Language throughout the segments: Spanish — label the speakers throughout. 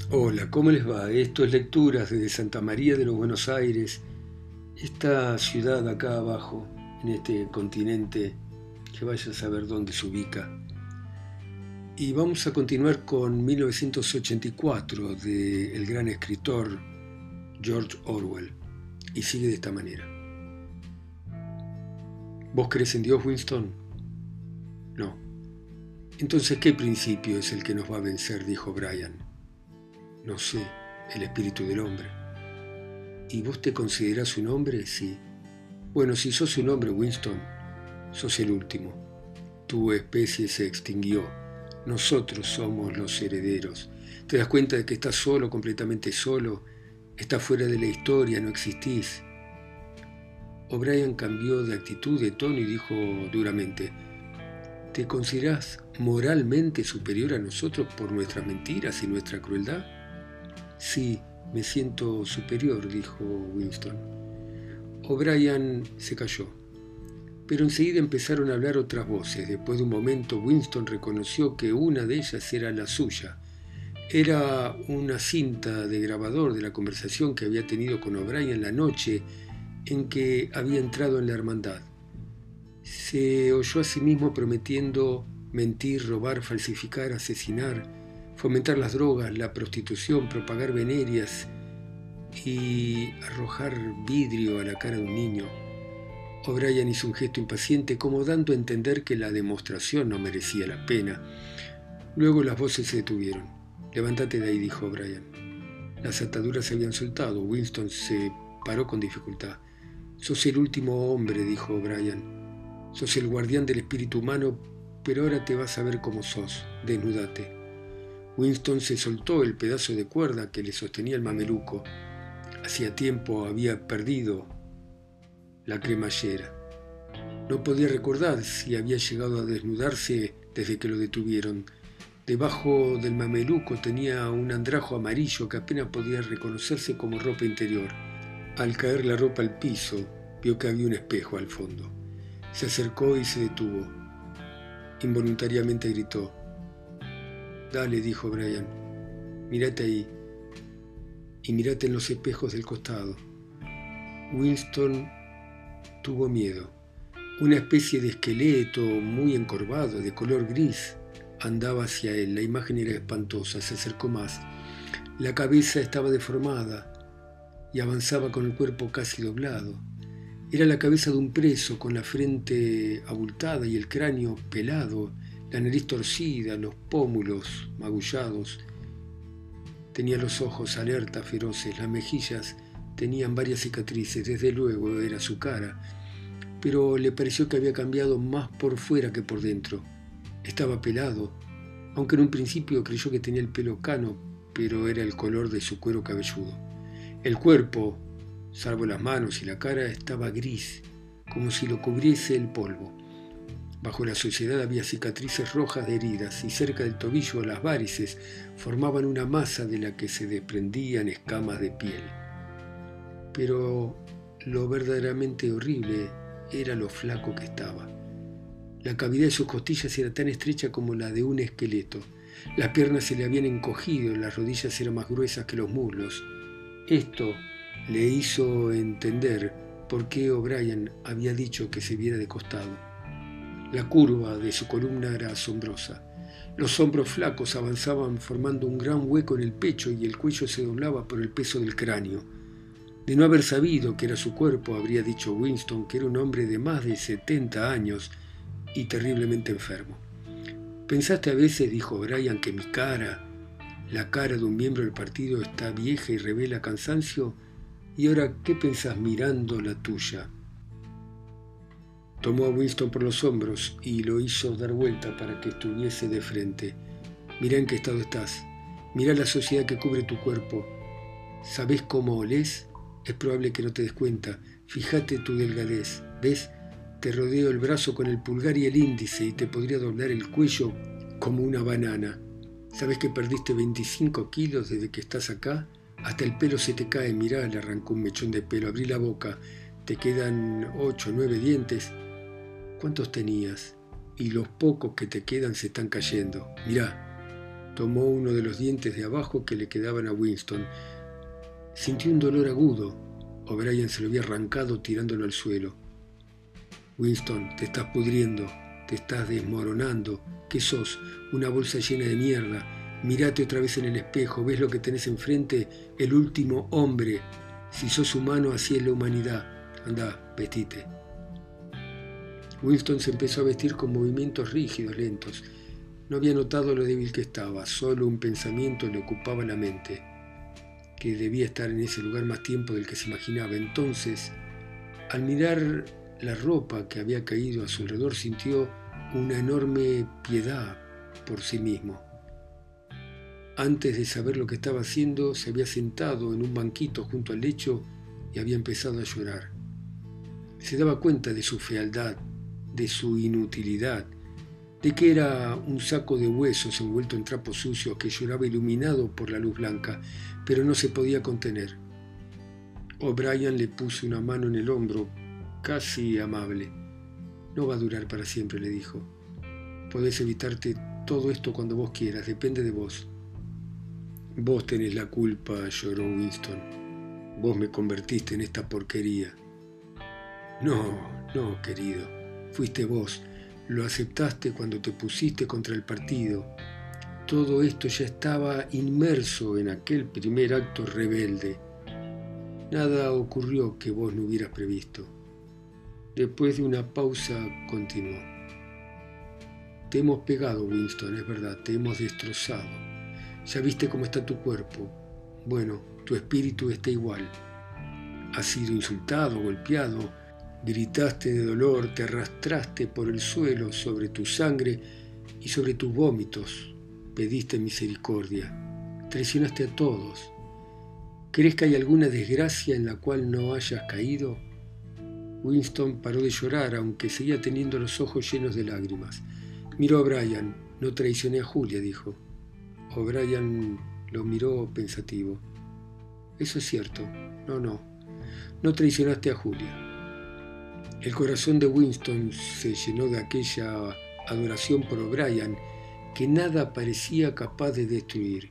Speaker 1: Hola, ¿cómo les va? Esto es Lecturas desde Santa María de los Buenos Aires, esta ciudad acá abajo, en este continente que vaya a saber dónde se ubica. Y vamos a continuar con 1984 del gran escritor George Orwell. Y sigue de esta manera. ¿Vos crees en Dios, Winston? No. Entonces, ¿qué principio es el que nos va a vencer?, dijo Brian. No sé, el espíritu del hombre. ¿Y vos te considerás un hombre? Sí. Bueno, si sos un hombre, Winston, sos el último. Tu especie se extinguió. Nosotros somos los herederos. ¿Te das cuenta de que estás solo, completamente solo? Estás fuera de la historia, no existís. O'Brien cambió de actitud, de tono y dijo duramente: ¿te considerás moralmente superior a nosotros por nuestras mentiras y nuestra crueldad? Sí, me siento superior, dijo Winston. O'Brien se calló, pero enseguida empezaron a hablar otras voces. Después de un momento, Winston reconoció que una de ellas era la suya. Era una cinta de grabador de la conversación que había tenido con O'Brien la noche en que había entrado en la hermandad. Se oyó a sí mismo prometiendo mentir, robar, falsificar, asesinar, fomentar las drogas, la prostitución, propagar venerias y arrojar vidrio a la cara de un niño. O'Brien hizo un gesto impaciente, como dando a entender que la demostración no merecía la pena. Luego las voces se detuvieron. «Levántate de ahí», dijo O'Brien. Las ataduras se habían soltado. Winston se paró con dificultad. «Sos el último hombre», dijo O'Brien. «Sos el guardián del espíritu humano, pero ahora te vas a ver como sos. Desnúdate». Winston se soltó el pedazo de cuerda que le sostenía el mameluco. Hacía tiempo había perdido la cremallera. No podía recordar si había llegado a desnudarse desde que lo detuvieron. Debajo del mameluco tenía un andrajo amarillo que apenas podía reconocerse como ropa interior. Al caer la ropa al piso, vio que había un espejo al fondo. Se acercó y se detuvo. Involuntariamente gritó. «Dale», dijo Brian, «mírate ahí y mírate en los espejos del costado». Winston tuvo miedo. Una especie de esqueleto muy encorvado, de color gris, andaba hacia él. La imagen era espantosa. Se acercó más. La cabeza estaba deformada y avanzaba con el cuerpo casi doblado. Era la cabeza de un preso, con la frente abultada y el cráneo pelado, la nariz torcida, los pómulos magullados. Tenía los ojos alertas, feroces. Las mejillas tenían varias cicatrices. Desde luego era su cara, pero le pareció que había cambiado más por fuera que por dentro. Estaba pelado, aunque en un principio creyó que tenía el pelo cano, pero era el color de su cuero cabelludo. El cuerpo, salvo las manos y la cara, estaba gris, como si lo cubriese el polvo. Bajo la suciedad había cicatrices rojas de heridas, y cerca del tobillo las varices formaban una masa de la que se desprendían escamas de piel. Pero lo verdaderamente horrible era lo flaco que estaba. La cavidad de sus costillas era tan estrecha como la de un esqueleto. Las piernas se le habían encogido, las rodillas eran más gruesas que los muslos. Esto le hizo entender por qué O'Brien había dicho que se viera de costado. La curva de su columna era asombrosa. Los hombros flacos avanzaban formando un gran hueco en el pecho y el cuello se doblaba por el peso del cráneo. De no haber sabido que era su cuerpo, habría dicho Winston que era un hombre de más de 70 años y terriblemente enfermo. «¿Pensaste a veces», dijo O'Brien, «que mi cara, la cara de un miembro del partido, está vieja y revela cansancio? ¿Y ahora qué pensás mirando la tuya?» Tomó a Winston por los hombros y lo hizo dar vuelta para que estuviese de frente. «Mirá en qué estado estás. Mirá la suciedad que cubre tu cuerpo. ¿Sabés cómo olés? Es probable que no te des cuenta. Fíjate tu delgadez. ¿Ves? Te rodeo el brazo con el pulgar y el índice y te podría doblar el cuello como una banana. ¿Sabes que perdiste 25 kilos desde que estás acá? Hasta el pelo se te cae. Mirá», le arrancó un mechón de pelo. «Abrí la boca. Te quedan 8 o 9 dientes. ¿Cuántos tenías? Y los pocos que te quedan se están cayendo. Mirá». Tomó uno de los dientes de abajo que le quedaban a Winston. Sintió un dolor agudo. O'Brien se lo había arrancado tirándolo al suelo. Winston, te estás pudriendo, te estás desmoronando. ¿Qué sos? Una bolsa llena de mierda. Mírate otra vez en el espejo, ¿ves lo que tenés enfrente? El último hombre. Si sos humano, así es la humanidad. Andá, vestite. Winston se empezó a vestir con movimientos rígidos, lentos. No había notado lo débil que estaba, solo un pensamiento le ocupaba la mente, que debía estar en ese lugar más tiempo del que se imaginaba. Entonces, al mirar la ropa que había caído a su alrededor, sintió una enorme piedad por sí mismo. Antes de saber lo que estaba haciendo, se había sentado en un banquito junto al lecho y había empezado a llorar. Se daba cuenta de su fealdad, de su inutilidad, de que era un saco de huesos envuelto en trapos sucios que lloraba iluminado por la luz blanca, pero no se podía contener. O'Brien le puso una mano en el hombro, casi amable. No va a durar para siempre, le dijo. Podés evitarte todo esto cuando vos quieras, depende de vos. Vos tenés la culpa, lloró Winston. Vos me convertiste en esta porquería. No, querido, fuiste vos. Lo aceptaste cuando te pusiste contra el partido. Todo esto ya estaba inmerso en aquel primer acto rebelde. Nada ocurrió que vos no hubieras previsto. Después de una pausa, continuó. Te hemos pegado, Winston, es verdad, te hemos destrozado. Ya viste cómo está tu cuerpo. Bueno, tu espíritu está igual. Has sido insultado, golpeado, gritaste de dolor, te arrastraste por el suelo sobre tu sangre y sobre tus vómitos. Pediste misericordia. Traicionaste a todos. ¿Crees que hay alguna desgracia en la cual no hayas caído? Winston paró de llorar, aunque seguía teniendo los ojos llenos de lágrimas. Miró a O'Brien. No traicioné a Julia, dijo. O'Brien lo miró pensativo. Eso es cierto. No traicionaste a Julia. El corazón de Winston se llenó de aquella adoración por O'Brien que nada parecía capaz de destruir.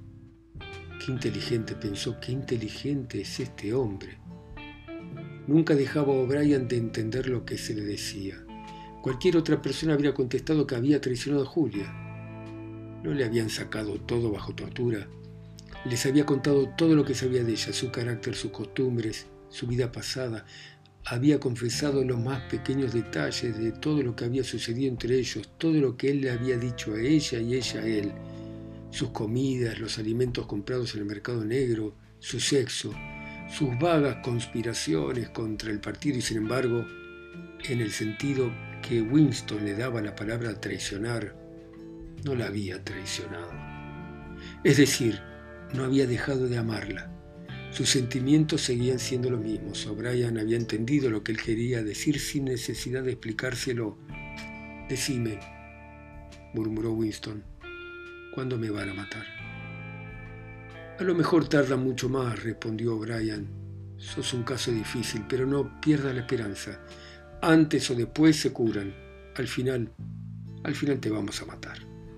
Speaker 1: Qué inteligente, pensó, qué inteligente es este hombre. Nunca dejaba a O'Brien de entender lo que se le decía. Cualquier otra persona habría contestado que había traicionado a Julia. No le habían sacado todo bajo tortura. Les había contado todo lo que sabía de ella, su carácter, sus costumbres, su vida pasada. Había confesado los más pequeños detalles de todo lo que había sucedido entre ellos, todo lo que él le había dicho a ella y ella a él, sus comidas, los alimentos comprados en el mercado negro, su sexo, sus vagas conspiraciones contra el partido y, sin embargo, en el sentido que Winston le daba la palabra traicionar, no la había traicionado. Es decir, no había dejado de amarla. Sus sentimientos seguían siendo los mismos. O'Brien había entendido lo que él quería decir sin necesidad de explicárselo. Decime, murmuró Winston, ¿cuándo me van a matar? A lo mejor tarda mucho más, respondió O'Brien. Sos un caso difícil, pero no pierdas la esperanza. Antes o después se curan. Al final te vamos a matar.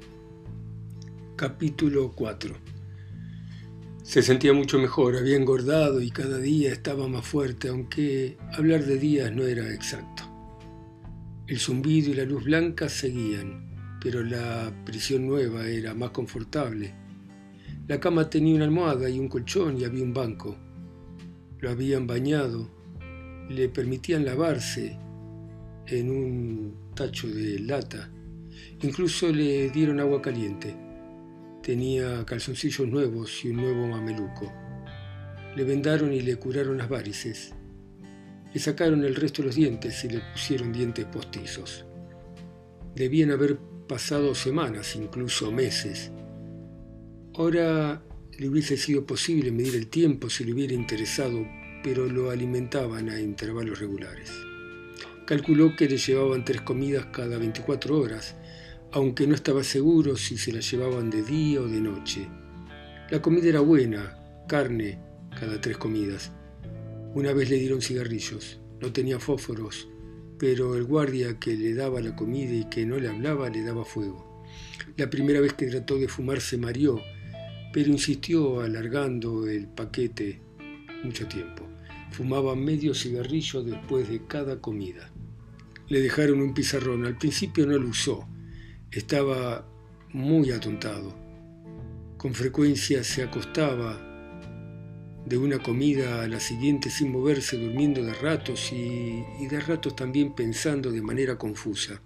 Speaker 1: Capítulo 4. Se sentía mucho mejor, había engordado y cada día estaba más fuerte, aunque hablar de días no era exacto. El zumbido y la luz blanca seguían, pero la prisión nueva era más confortable. La cama tenía una almohada y un colchón y había un banco. Lo habían bañado, le permitían lavarse en un tacho de lata. Incluso le dieron agua caliente. Tenía calzoncillos nuevos y un nuevo mameluco. Le vendaron y le curaron las varices. Le sacaron el resto de los dientes y le pusieron dientes postizos. Debían haber pasado semanas, incluso meses. Ahora le hubiese sido posible medir el tiempo si le hubiera interesado, pero lo alimentaban a intervalos regulares. Calculó que le llevaban 3 comidas cada 24 horas, aunque no estaba seguro si se la llevaban de día o de noche. La comida era buena, carne cada 3 comidas. Una vez le dieron cigarrillos, no tenía fósforos, pero el guardia que le daba la comida y que no le hablaba le daba fuego. La primera vez que trató de fumar se mareó, pero insistió alargando el paquete mucho tiempo. Fumaba medio cigarrillo después de cada comida. Le dejaron un pizarrón. Al principio no lo usó. Estaba muy atontado. Con frecuencia se acostaba de una comida a la siguiente sin moverse, durmiendo de ratos y de ratos también pensando de manera confusa.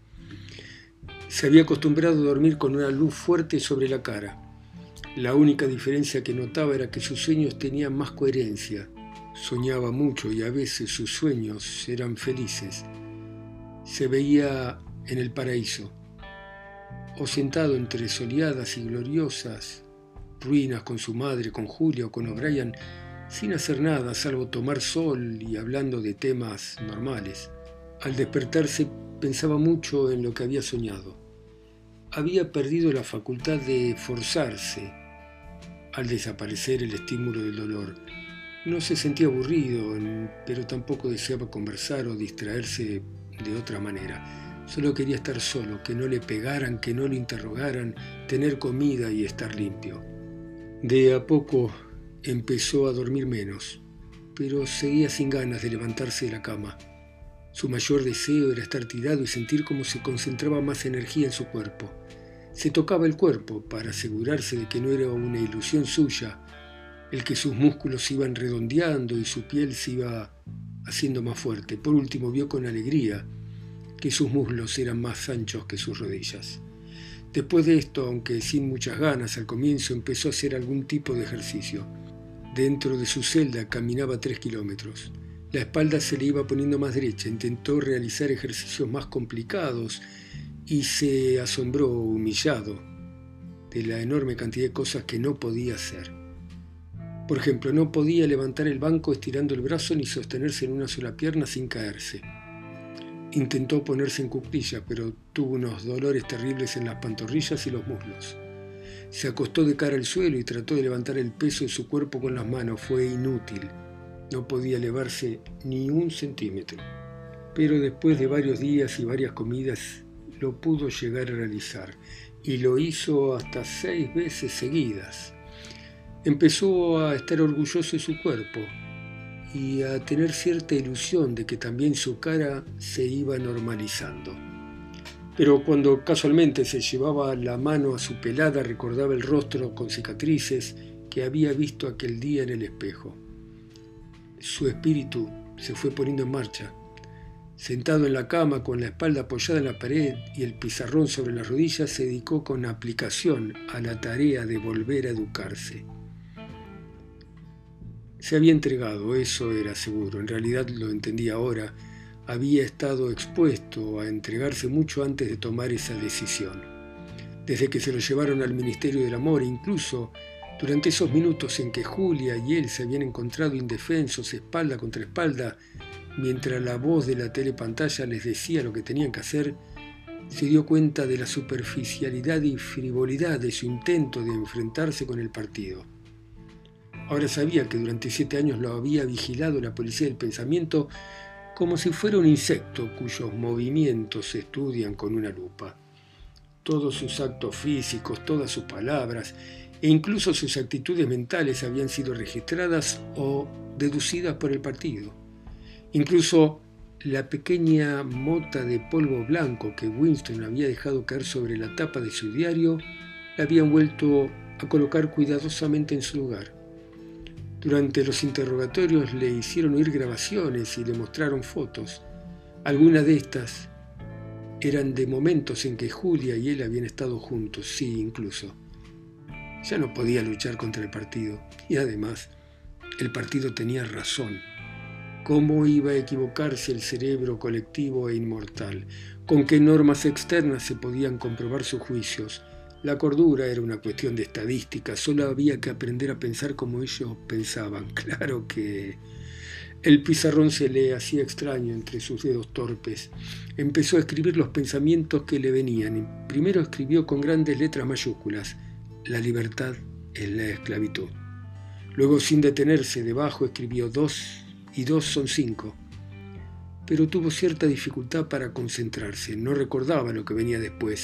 Speaker 1: Se había acostumbrado a dormir con una luz fuerte sobre la cara. La única diferencia que notaba era que sus sueños tenían más coherencia. Soñaba mucho y a veces sus sueños eran felices. Se veía en el paraíso, o sentado entre soleadas y gloriosas ruinas con su madre, con Julia o con O'Brien, sin hacer nada salvo tomar sol y hablando de temas normales. Al despertarse pensaba mucho en lo que había soñado. Había perdido la facultad de forzarse al desaparecer el estímulo del dolor. No se sentía aburrido, pero tampoco deseaba conversar o distraerse de otra manera. Solo quería estar solo, que no le pegaran, que no le interrogaran, tener comida y estar limpio. De a poco empezó a dormir menos, pero seguía sin ganas de levantarse de la cama. Su mayor deseo era estar tirado y sentir cómo se concentraba más energía en su cuerpo. Se tocaba el cuerpo para asegurarse de que no era una ilusión suya, el que sus músculos se iban redondeando y su piel se iba haciendo más fuerte. Por último vio con alegría que sus muslos eran más anchos que sus rodillas. Después de esto, aunque sin muchas ganas al comienzo, empezó a hacer algún tipo de ejercicio. Dentro de su celda caminaba 3 kilómetros. La espalda se le iba poniendo más derecha, intentó realizar ejercicios más complicados y se asombró, humillado, de la enorme cantidad de cosas que no podía hacer. Por ejemplo, no podía levantar el banco estirando el brazo ni sostenerse en una sola pierna sin caerse. Intentó ponerse en cuclillas, pero tuvo unos dolores terribles en las pantorrillas y los muslos. Se acostó de cara al suelo y trató de levantar el peso de su cuerpo con las manos. Fue inútil. No podía elevarse ni 1 centímetro. Pero después de varios días y varias comidas lo pudo llegar a realizar. Y lo hizo hasta 6 veces seguidas. Empezó a estar orgulloso de su cuerpo y a tener cierta ilusión de que también su cara se iba normalizando. Pero cuando casualmente se llevaba la mano a su pelada, recordaba el rostro con cicatrices que había visto aquel día en el espejo. Su espíritu se fue poniendo en marcha. Sentado en la cama, con la espalda apoyada en la pared y el pizarrón sobre las rodillas, se dedicó con aplicación a la tarea de volver a educarse. Se había entregado, eso era seguro. En realidad lo entendía ahora. Había estado expuesto a entregarse mucho antes de tomar esa decisión. Desde que se lo llevaron al Ministerio del Amor, incluso durante esos minutos en que Julia y él se habían encontrado indefensos, espalda contra espalda, mientras la voz de la telepantalla les decía lo que tenían que hacer, se dio cuenta de la superficialidad y frivolidad de su intento de enfrentarse con el partido. Ahora sabía que durante 7 años lo había vigilado la policía del pensamiento como si fuera un insecto cuyos movimientos se estudian con una lupa. Todos sus actos físicos, todas sus palabras e incluso sus actitudes mentales habían sido registradas o deducidas por el partido. Incluso la pequeña mota de polvo blanco que Winston había dejado caer sobre la tapa de su diario la habían vuelto a colocar cuidadosamente en su lugar. Durante los interrogatorios le hicieron oír grabaciones y le mostraron fotos. Algunas de estas eran de momentos en que Julia y él habían estado juntos, sí, incluso. Ya no podía luchar contra el partido. Y además, el partido tenía razón. ¿Cómo iba a equivocarse el cerebro colectivo e inmortal? ¿Con qué normas externas se podían comprobar sus juicios? La cordura era una cuestión de estadística, solo había que aprender a pensar como ellos pensaban. Claro que el pizarrón se le hacía extraño entre sus dedos torpes. Empezó a escribir los pensamientos que le venían. Primero escribió con grandes letras mayúsculas: la libertad es la esclavitud. Luego, sin detenerse, debajo escribió 2 y 2 son 5. Pero tuvo cierta dificultad para concentrarse. No recordaba lo que venía después.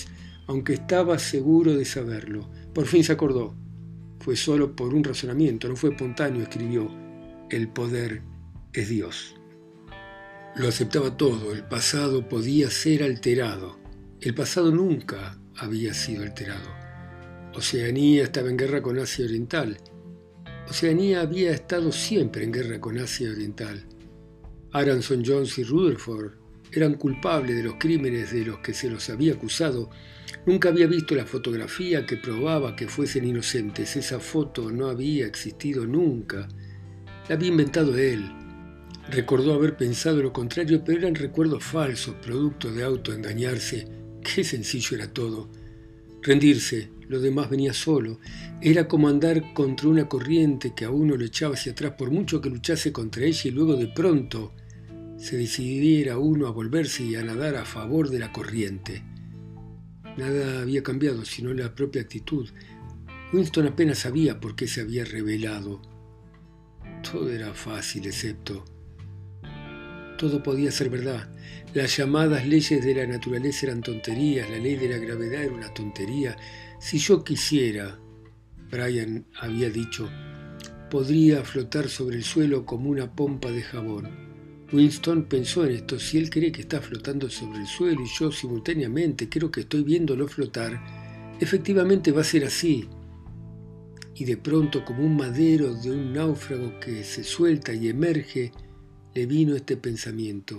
Speaker 1: aunque estaba seguro de saberlo. Por fin se acordó. Fue solo por un razonamiento, no fue espontáneo, escribió: el poder es Dios. Lo aceptaba todo, el pasado podía ser alterado. El pasado nunca había sido alterado. Oceanía estaba en guerra con Asia Oriental. Oceanía había estado siempre en guerra con Asia Oriental. Aronson, Jones y Rutherford eran culpables de los crímenes de los que se los había acusado. Nunca había visto la fotografía que probaba que fuesen inocentes. Esa foto no había existido nunca. La había inventado él. Recordó haber pensado lo contrario, pero eran recuerdos falsos, producto de autoengañarse. Qué sencillo era todo. Rendirse, lo demás venía solo. Era como andar contra una corriente que a uno lo echaba hacia atrás por mucho que luchase contra ella y luego de pronto se decidiera uno a volverse y a nadar a favor de la corriente. Nada había cambiado sino la propia actitud. Winston apenas sabía por qué se había rebelado. Todo era fácil, excepto... Todo podía ser verdad. Las llamadas leyes de la naturaleza eran tonterías, la ley de la gravedad era una tontería. Si yo quisiera, Brian había dicho, podría flotar sobre el suelo como una pompa de jabón. Winston pensó en esto: si él cree que está flotando sobre el suelo y yo simultáneamente creo que estoy viéndolo flotar, efectivamente va a ser así. Y de pronto, como un madero de un náufrago que se suelta y emerge, le vino este pensamiento: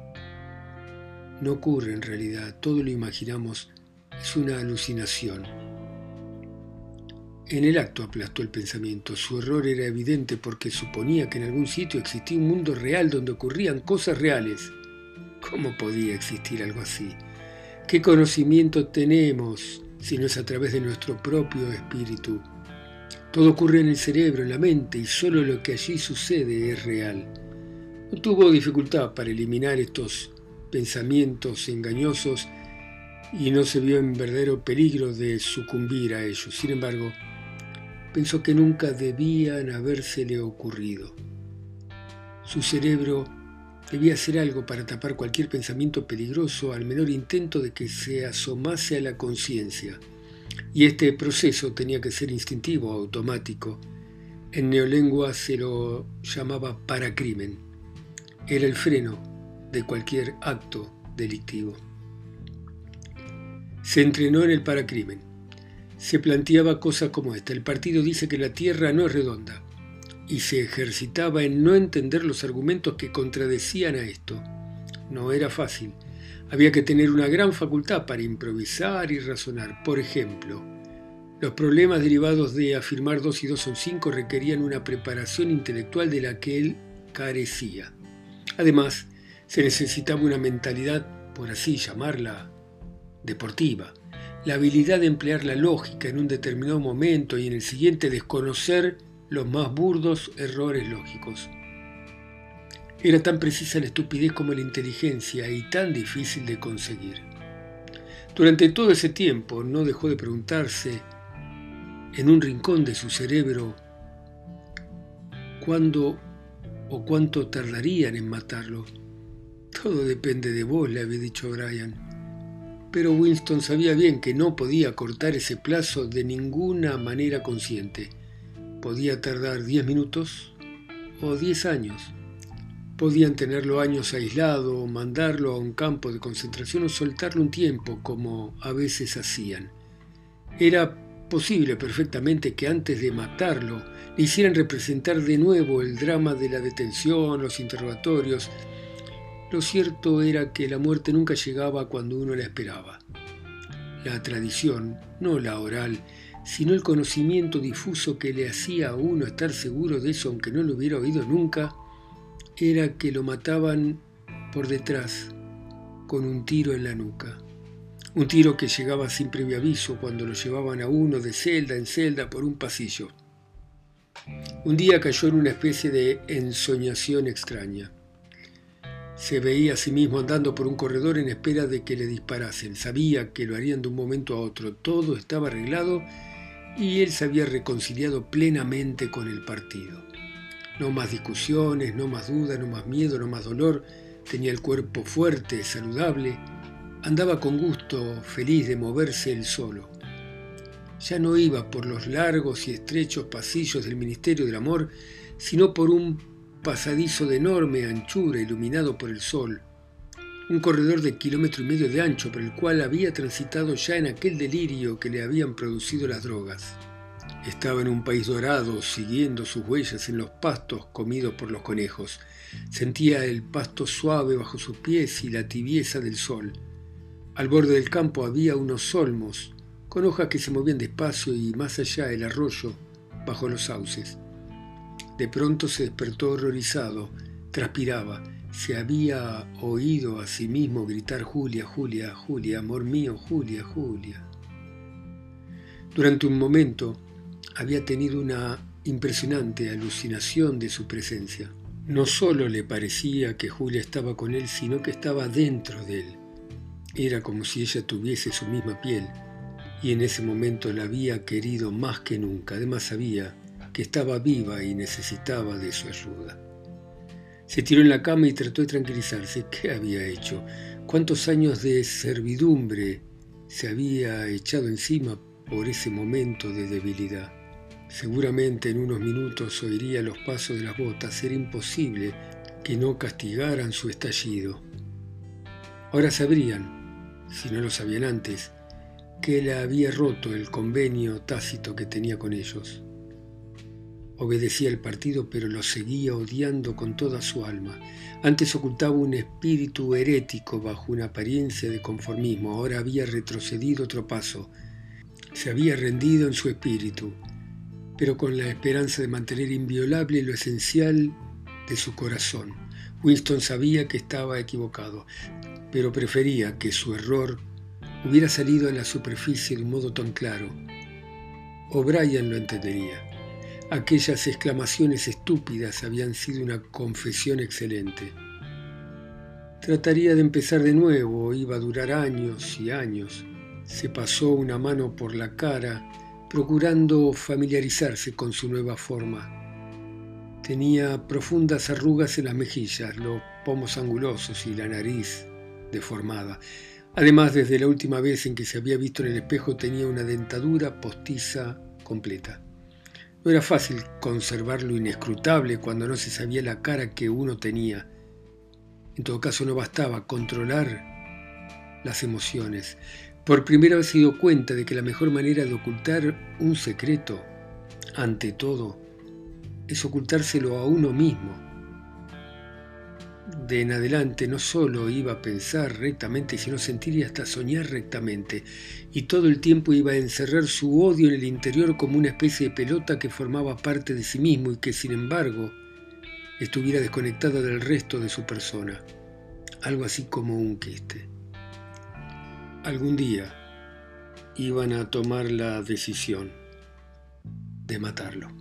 Speaker 1: no ocurre en realidad, todo lo imaginamos, es una alucinación. En el acto aplastó el pensamiento. Su error era evidente porque suponía que en algún sitio existía un mundo real donde ocurrían cosas reales. ¿Cómo podía existir algo así? ¿Qué conocimiento tenemos si no es a través de nuestro propio espíritu? Todo ocurre en el cerebro, en la mente, y solo lo que allí sucede es real. No tuvo dificultad para eliminar estos pensamientos engañosos y no se vio en verdadero peligro de sucumbir a ellos. Sin embargo, pensó que nunca debían habérsele ocurrido. Su cerebro debía hacer algo para tapar cualquier pensamiento peligroso al menor intento de que se asomase a la conciencia. Y este proceso tenía que ser instintivo, automático. En neolengua se lo llamaba paracrimen. Era el freno de cualquier acto delictivo. Se entrenó en el paracrimen. Se planteaba cosas como esta: el partido dice que la Tierra no es redonda, y se ejercitaba en no entender los argumentos que contradecían a esto. No era fácil. Había que tener una gran facultad para improvisar y razonar. Por ejemplo, los problemas derivados de afirmar 2 y 2 son 5 requerían una preparación intelectual de la que él carecía. Además, se necesitaba una mentalidad, por así llamarla, deportiva, la habilidad de emplear la lógica en un determinado momento y en el siguiente desconocer los más burdos errores lógicos. Era tan precisa la estupidez como la inteligencia y tan difícil de conseguir. Durante todo ese tiempo no dejó de preguntarse en un rincón de su cerebro cuándo o cuánto tardarían en matarlo. Todo depende de vos, le había dicho Brian. Pero Winston sabía bien que no podía cortar ese plazo de ninguna manera consciente. Podía tardar 10 minutos o 10 años. Podían tenerlo años aislado, o mandarlo a un campo de concentración o soltarlo un tiempo, como a veces hacían. Era posible perfectamente que antes de matarlo le hicieran representar de nuevo el drama de la detención, los interrogatorios. Lo cierto era que la muerte nunca llegaba cuando uno la esperaba. La tradición, no la oral, sino el conocimiento difuso que le hacía a uno estar seguro de eso aunque no lo hubiera oído nunca, era que lo mataban por detrás con un tiro en la nuca. Un tiro que llegaba sin previo aviso cuando lo llevaban a uno de celda en celda por un pasillo. Un día cayó en una especie de ensoñación extraña. Se veía a sí mismo andando por un corredor en espera de que le disparasen. Sabía que lo harían de un momento a otro. Todo estaba arreglado y él se había reconciliado plenamente con el partido. No más discusiones, no más duda, no más miedo, no más dolor. Tenía el cuerpo fuerte, saludable. andaba con gusto, feliz de moverse él solo. Ya no iba por los largos y estrechos pasillos del Ministerio del Amor, sino por un pasadizo de enorme anchura iluminado por el sol, un corredor de 1,5 kilómetros de ancho por el cual había transitado ya en aquel delirio que le habían producido las drogas. Estaba en un país dorado, siguiendo sus huellas en los pastos comidos por los conejos. Sentía el pasto suave bajo sus pies y la tibieza del sol. Al borde del campo había unos olmos, con hojas que se movían despacio y más allá el arroyo, bajo los sauces. De pronto se despertó horrorizado, transpiraba. Se había oído a sí mismo gritar Julia, Julia, Julia, amor mío, Julia, Julia. Durante un momento había tenido una impresionante alucinación de su presencia. No solo le parecía que Julia estaba con él, sino que estaba dentro de él. Era como si ella tuviese su misma piel, y en ese momento la había querido más que nunca. Además sabía que estaba viva y necesitaba de su ayuda. Se tiró en la cama y trató de tranquilizarse. ¿Qué había hecho? ¿Cuántos años de servidumbre se había echado encima por ese momento de debilidad? Seguramente en unos minutos oiría los pasos de las botas. Era imposible que no castigaran su estallido. Ahora sabrían, si no lo sabían antes, que él había roto el convenio tácito que tenía con ellos. Obedecía el partido, pero lo seguía odiando con toda su alma. Antes ocultaba un espíritu herético bajo una apariencia de conformismo. Ahora había retrocedido otro paso. Se había rendido en su espíritu, pero con la esperanza de mantener inviolable lo esencial de su corazón. Winston sabía que estaba equivocado, pero prefería que su error hubiera salido a la superficie de un modo tan claro. O'Brien lo entendería. Aquellas exclamaciones estúpidas habían sido una confesión excelente. Trataría de empezar de nuevo, iba a durar años y años. Se pasó una mano por la cara, procurando familiarizarse con su nueva forma. Tenía profundas arrugas en las mejillas, los pomos angulosos y la nariz deformada. Además, desde la última vez en que se había visto en el espejo, tenía una dentadura postiza completa. No era fácil conservar lo inescrutable cuando no se sabía la cara que uno tenía. En todo caso, no bastaba controlar las emociones. Por primera vez se dio cuenta de que la mejor manera de ocultar un secreto, ante todo, es ocultárselo a uno mismo. De en adelante no solo iba a pensar rectamente, sino sentir y hasta soñar rectamente, y todo el tiempo iba a encerrar su odio en el interior como una especie de pelota que formaba parte de sí mismo y que, sin embargo, estuviera desconectada del resto de su persona, algo así como un quiste. Algún día iban a tomar la decisión de matarlo.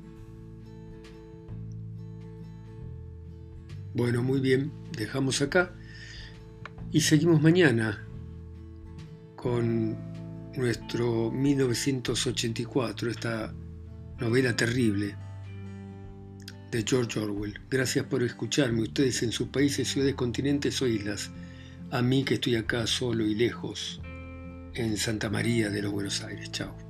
Speaker 1: Bueno, muy bien, dejamos acá y seguimos mañana con nuestro 1984, esta novela terrible de George Orwell. Gracias por escucharme, ustedes en sus países, ciudades, continentes o islas, a mí que estoy acá solo y lejos en Santa María de los Buenos Aires. Chao.